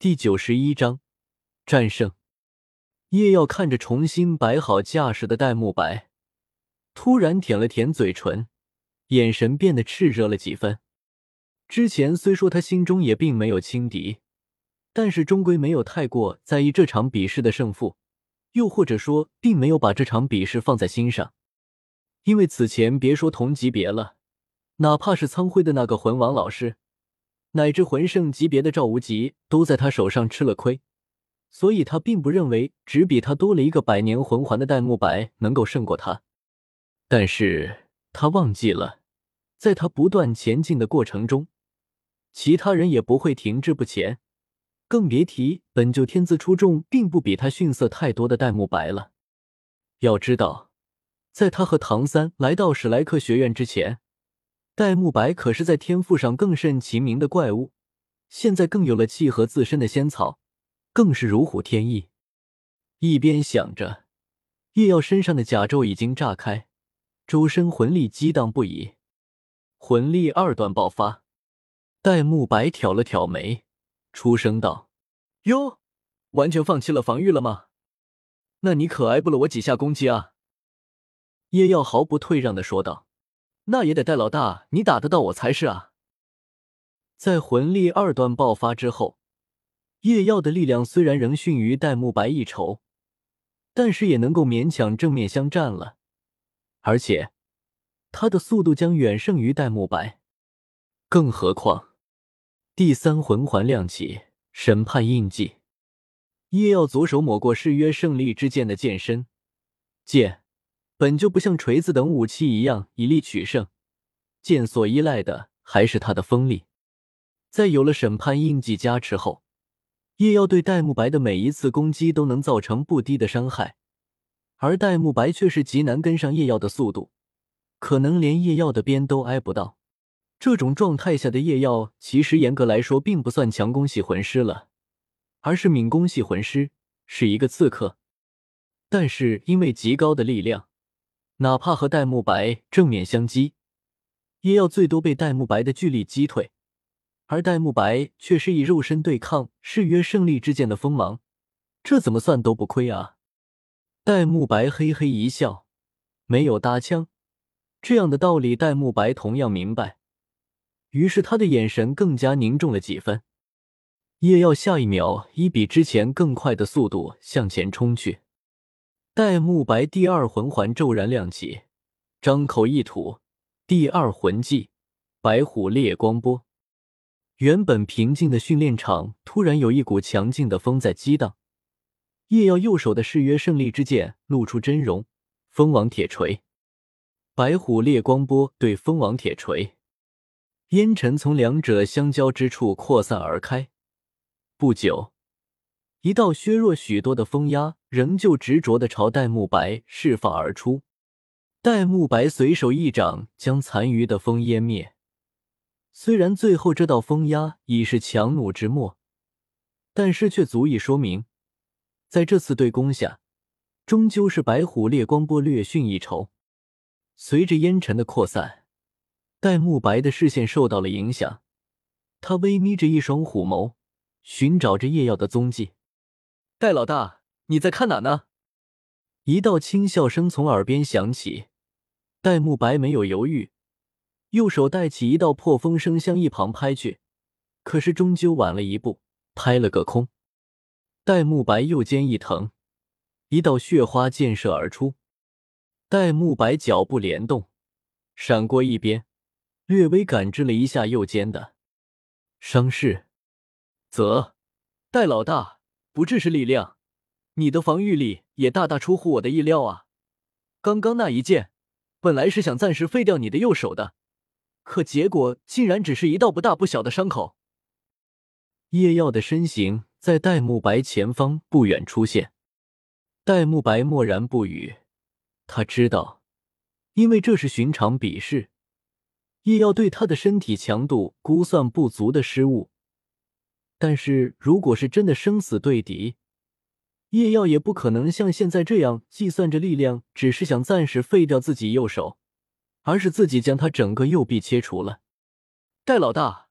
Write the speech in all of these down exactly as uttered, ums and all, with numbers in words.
第九十一章战胜。叶耀看着重新摆好架势的戴沐白，突然舔了舔嘴唇，眼神变得炽热了几分。之前虽说他心中也并没有轻敌，但是终归没有太过在意这场比试的胜负，又或者说并没有把这场比试放在心上。因为此前别说同级别了，哪怕是苍辉的那个魂王老师，乃至魂圣级别的赵无极都在他手上吃了亏，所以他并不认为只比他多了一个百年魂环的戴沐白能够胜过他。但是他忘记了，在他不断前进的过程中，其他人也不会停滞不前，更别提本就天资出众并不比他逊色太多的戴沐白了。要知道，在他和唐三来到史莱克学院之前，戴沐白可是在天赋上更胜其名的怪物，现在更有了契合自身的仙草，更是如虎添翼。一边想着，叶耀身上的甲胄已经炸开，周身魂力激荡不已，魂力二段爆发。戴沐白挑了挑眉，出声道：哟，完全放弃了防御了吗？那你可挨不了我几下攻击啊。叶耀毫不退让地说道：那也得戴老大你打得到我才是啊。在魂力二段爆发之后，叶耀的力量虽然仍逊于戴沐白一筹，但是也能够勉强正面相战了，而且他的速度将远胜于戴沐白。更何况第三魂环亮起，审判印记。叶耀左手抹过誓约胜利之剑的剑身，剑本就不像锤子等武器一样以力取胜，剑所依赖的还是他的锋利。在有了审判印记加持后，叶耀对戴沐白的每一次攻击都能造成不低的伤害，而戴沐白却是极难跟上叶耀的速度，可能连叶耀的边都挨不到。这种状态下的叶耀其实严格来说并不算强攻系魂师了，而是敏攻系魂师，是一个刺客。但是因为极高的力量，哪怕和戴沐白正面相击，叶耀最多被戴沐白的巨力击退，而戴沐白却是以肉身对抗誓约胜利之剑的锋芒，这怎么算都不亏啊。戴沐白嘿嘿一笑，没有搭腔，这样的道理戴沐白同样明白，于是他的眼神更加凝重了几分。叶耀下一秒以比之前更快的速度向前冲去，戴沐白第二魂环骤然亮起，张口一吐，第二魂技白虎烈光波。原本平静的训练场突然有一股强劲的风在激荡，叶耀右手的誓约胜利之剑露出真容，风王铁锤。白虎烈光波对风王铁锤，烟尘从两者相交之处扩散而开。不久，一道削弱许多的风压仍旧执着地朝戴沐白释放而出。戴沐白随手一掌将残余的风湮灭。虽然最后这道风压已是强弩之末，但是却足以说明，在这次对攻下，终究是白虎烈光波略逊一筹。随着烟尘的扩散，戴沐白的视线受到了影响，他微眯着一双虎眸，寻找着叶耀的踪迹。戴老大，你在看哪呢？一道轻笑声从耳边响起，戴沐白没有犹豫，右手带起一道破风声向一旁拍去，可是终究晚了一步，拍了个空。戴沐白右肩一疼，一道血花溅射而出。戴沐白脚步连动，闪过一边，略微感知了一下右肩的伤势。啧，戴老大，不只是力量，你的防御力也大大出乎我的意料啊。刚刚那一剑，本来是想暂时废掉你的右手的，可结果竟然只是一道不大不小的伤口。叶耀的身形在戴沐白前方不远出现，戴沐白默然不语。他知道，因为这是寻常比试，叶耀对他的身体强度估算不足的失误，但是如果是真的生死对敌，叶耀也不可能像现在这样计算着力量，只是想暂时废掉自己右手，而是自己将他整个右臂切除了。戴老大，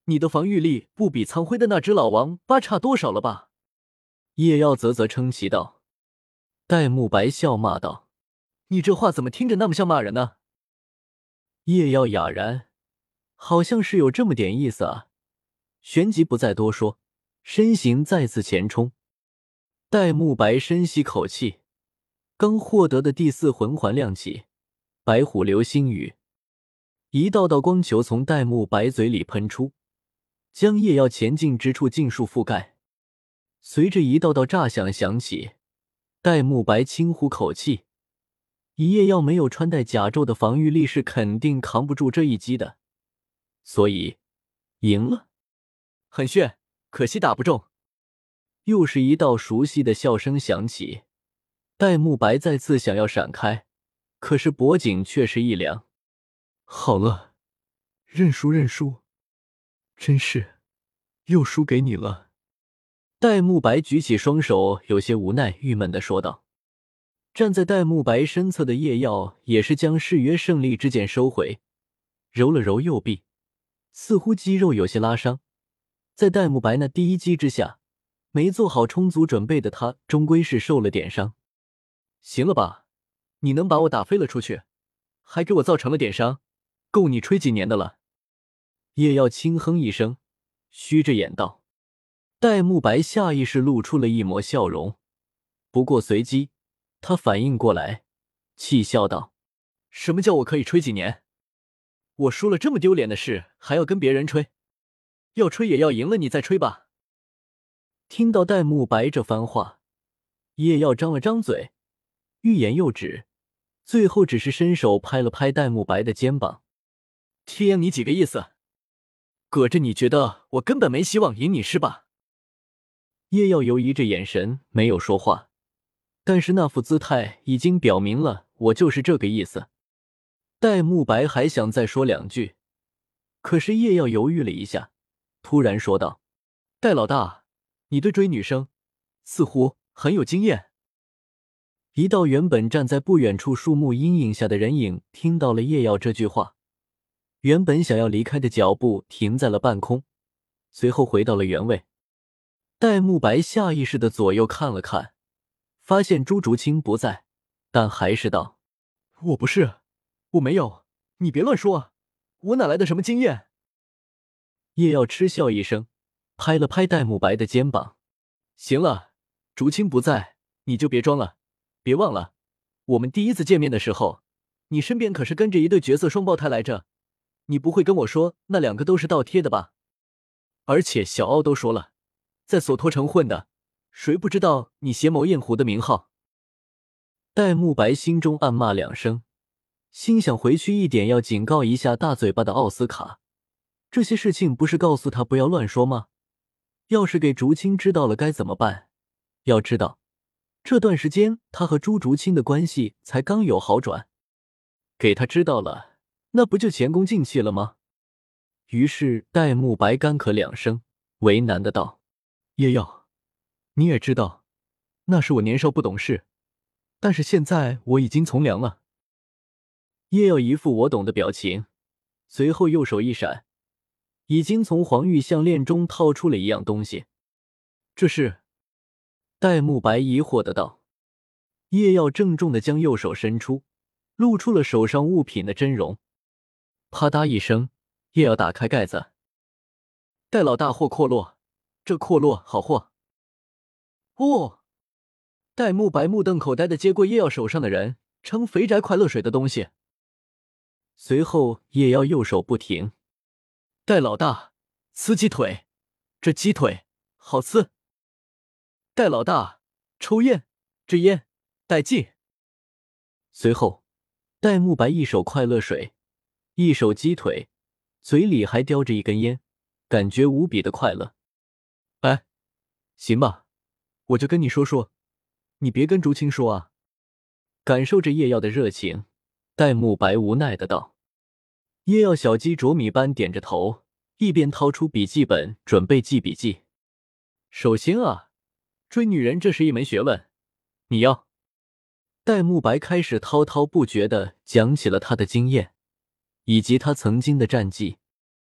你的防御力不比苍辉的那只老王八差多少了吧？ 叶耀啧啧称奇道。戴沐白笑骂道：“ 你这话怎么听着那么像骂人呢？” 叶耀哑然，好像是有这么点意思啊。旋即不再多说，身形再次前冲。戴沐白深吸口气，刚获得的第四魂环亮起，白虎流星雨，一道道光球从戴沐白嘴里喷出，将叶耀前进之处尽数覆盖。随着一道道炸响响起，戴沐白轻呼口气，以叶耀没有穿戴甲胄的防御力是肯定扛不住这一击的，所以赢了。 很炫，可惜打不中。 又是一道熟悉的笑声响起，戴沐白再次想要闪开，可是脖颈却是一凉。 好了，认输认输，真是又输给你了。 戴沐白举起双手，有些无奈郁闷地说道。站在戴沐白身侧的叶耀也是将誓约胜利之剑收回，揉了揉右臂，似乎肌肉有些拉伤。在戴沐白那第一击之下，没做好充足准备的他终归是受了点伤。 行了吧，你能把我打飞了出去，还给我造成了点伤，够你吹几年的了。 叶耀轻哼一声，虚着眼道。戴沐白下意识露出了一抹笑容，不过随即他反应过来，气笑道： 什么叫我可以吹几年？我输了这么丢脸的事还要跟别人吹？要吹也要赢了你再吹吧。 听到戴沐白这番话，叶耀张了张嘴，欲言又止，最后只是伸手拍了拍戴沐白的肩膀。 天，你几个意思？搁着你觉得我根本没希望赢你是吧？ 叶耀犹疑着眼神没有说话，但是那副姿态已经表明了我就是这个意思。戴沐白还想再说两句，可是叶耀犹豫了一下，突然说道： 戴老大，你对追女生似乎很有经验。 一道原本站在不远处树木阴影下的人影听到了叶耀这句话，原本想要离开的脚步停在了半空，随后回到了原位。戴沐白下意识的左右看了看，发现朱竹清不在，但还是道： 我不是，我没有，你别乱说啊，我哪来的什么经验？ 叶耀嗤笑一声，拍了拍戴沐白的肩膀。 行了，竹清不在，你就别装了，别忘了，我们第一次见面的时候，你身边可是跟着一对绝色双胞胎来着，你不会跟我说那两个都是倒贴的吧？而且小奥都说了，在索托城混的，谁不知道你邪眸艳狐的名号？ 戴沐白心中暗骂两声，心想回去一点要警告一下大嘴巴的奥斯卡，这些事情不是告诉他不要乱说吗？要是给竹青知道了该怎么办？要知道，这段时间他和朱竹清的关系才刚有好转，给他知道了，那不就前功尽弃了吗？于是戴沐白干咳两声，为难的道： 叶耀，你也知道，那是我年少不懂事，但是现在我已经从良了。 叶耀一副我懂的表情，随后右手一闪，已经从黄玉项链中掏出了一样东西。 这是？ 戴沐白疑惑的道。叶耀郑重的将右手伸出，露出了手上物品的真容。啪嗒一声，叶耀打开盖子。 戴老大货阔落，这阔落好货。哦，戴沐白目瞪口呆的接过叶耀手上的人称肥宅快乐水的东西。 随后叶耀右手不停。 戴老大，吃鸡腿，这鸡腿好吃。戴老大，抽烟，这烟带劲。 随后戴沐白一手快乐水，一手鸡腿，嘴里还叼着一根烟，感觉无比的快乐。 哎，行吧，我就跟你说说，你别跟竹青说啊。 感受着叶耀的热情，戴沐白无奈的道。叶耀小鸡啄米般点着头，一边掏出笔记本准备记笔记。 首先啊，追女人这是一门学问，你要…… 戴沐白开始滔滔不绝地讲起了他的经验，以及他曾经的战绩。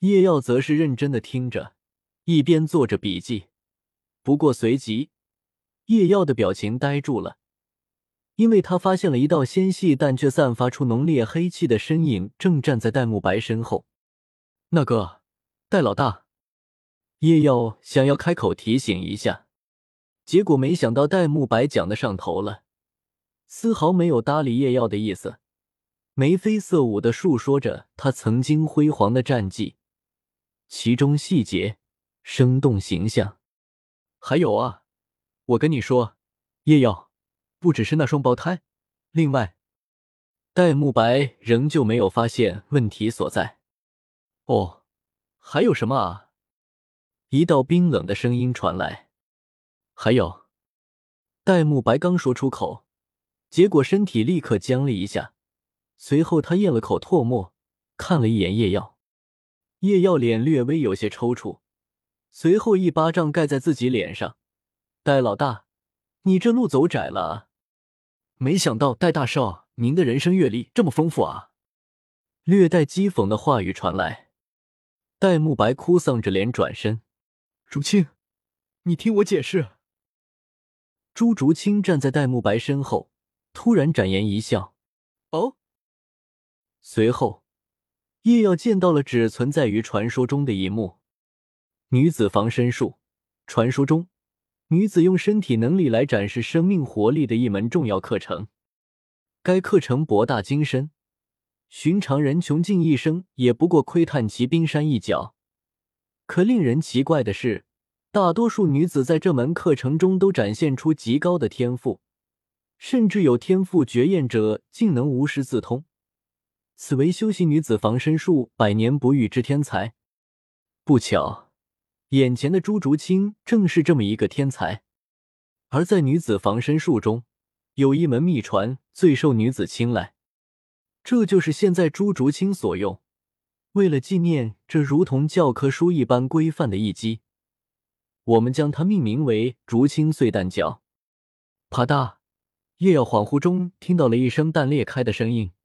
叶耀则是认真的听着，一边做着笔记。不过随即，叶耀的表情呆住了，因为他发现了一道纤细但却散发出浓烈黑气的身影正站在戴沐白身后。那个，戴老大。叶耀想要开口提醒一下，结果没想到戴沐白讲得上头了，丝毫没有搭理叶耀的意思，眉飞色舞地述说着他曾经辉煌的战绩，其中细节生动形象。还有啊，我跟你说，叶耀，不只是那双胞胎，另外……戴沐白仍旧没有发现问题所在。哦，还有什么啊？一道冰冷的声音传来。还有。戴沐白刚说出口，结果身体立刻僵了一下，随后他咽了口唾沫，看了一眼叶耀。叶耀脸略微有些抽搐，随后一巴掌盖在自己脸上。戴老大，你这路走窄了啊！没想到戴大少，您的人生阅历这么丰富啊！略带讥讽的话语传来。戴沐白哭丧着脸转身。竹青，你听我解释。朱竹清站在戴沐白身后，突然展颜一笑。哦。随后，叶耀见到了只存在于传说中的一幕。女子防身术，传说中，女子用身体能力来展示生命活力的一门重要课程。该课程博大精深，寻常人穷尽一生也不过窥探其冰山一角。可令人奇怪的是，大多数女子在这门课程中都展现出极高的天赋，甚至有天赋绝艳者竟能无师自通，此为修习女子防身术百年不遇之天才。不巧，眼前的朱竹清正是这么一个天才。而在女子防身术中，有一门秘传最受女子青睐，这就是现在朱竹清所用。为了纪念这如同教科书一般规范的一击，我们将它命名为竹青碎弹脚。啪嗒，叶耀恍惚中听到了一声弹裂开的声音，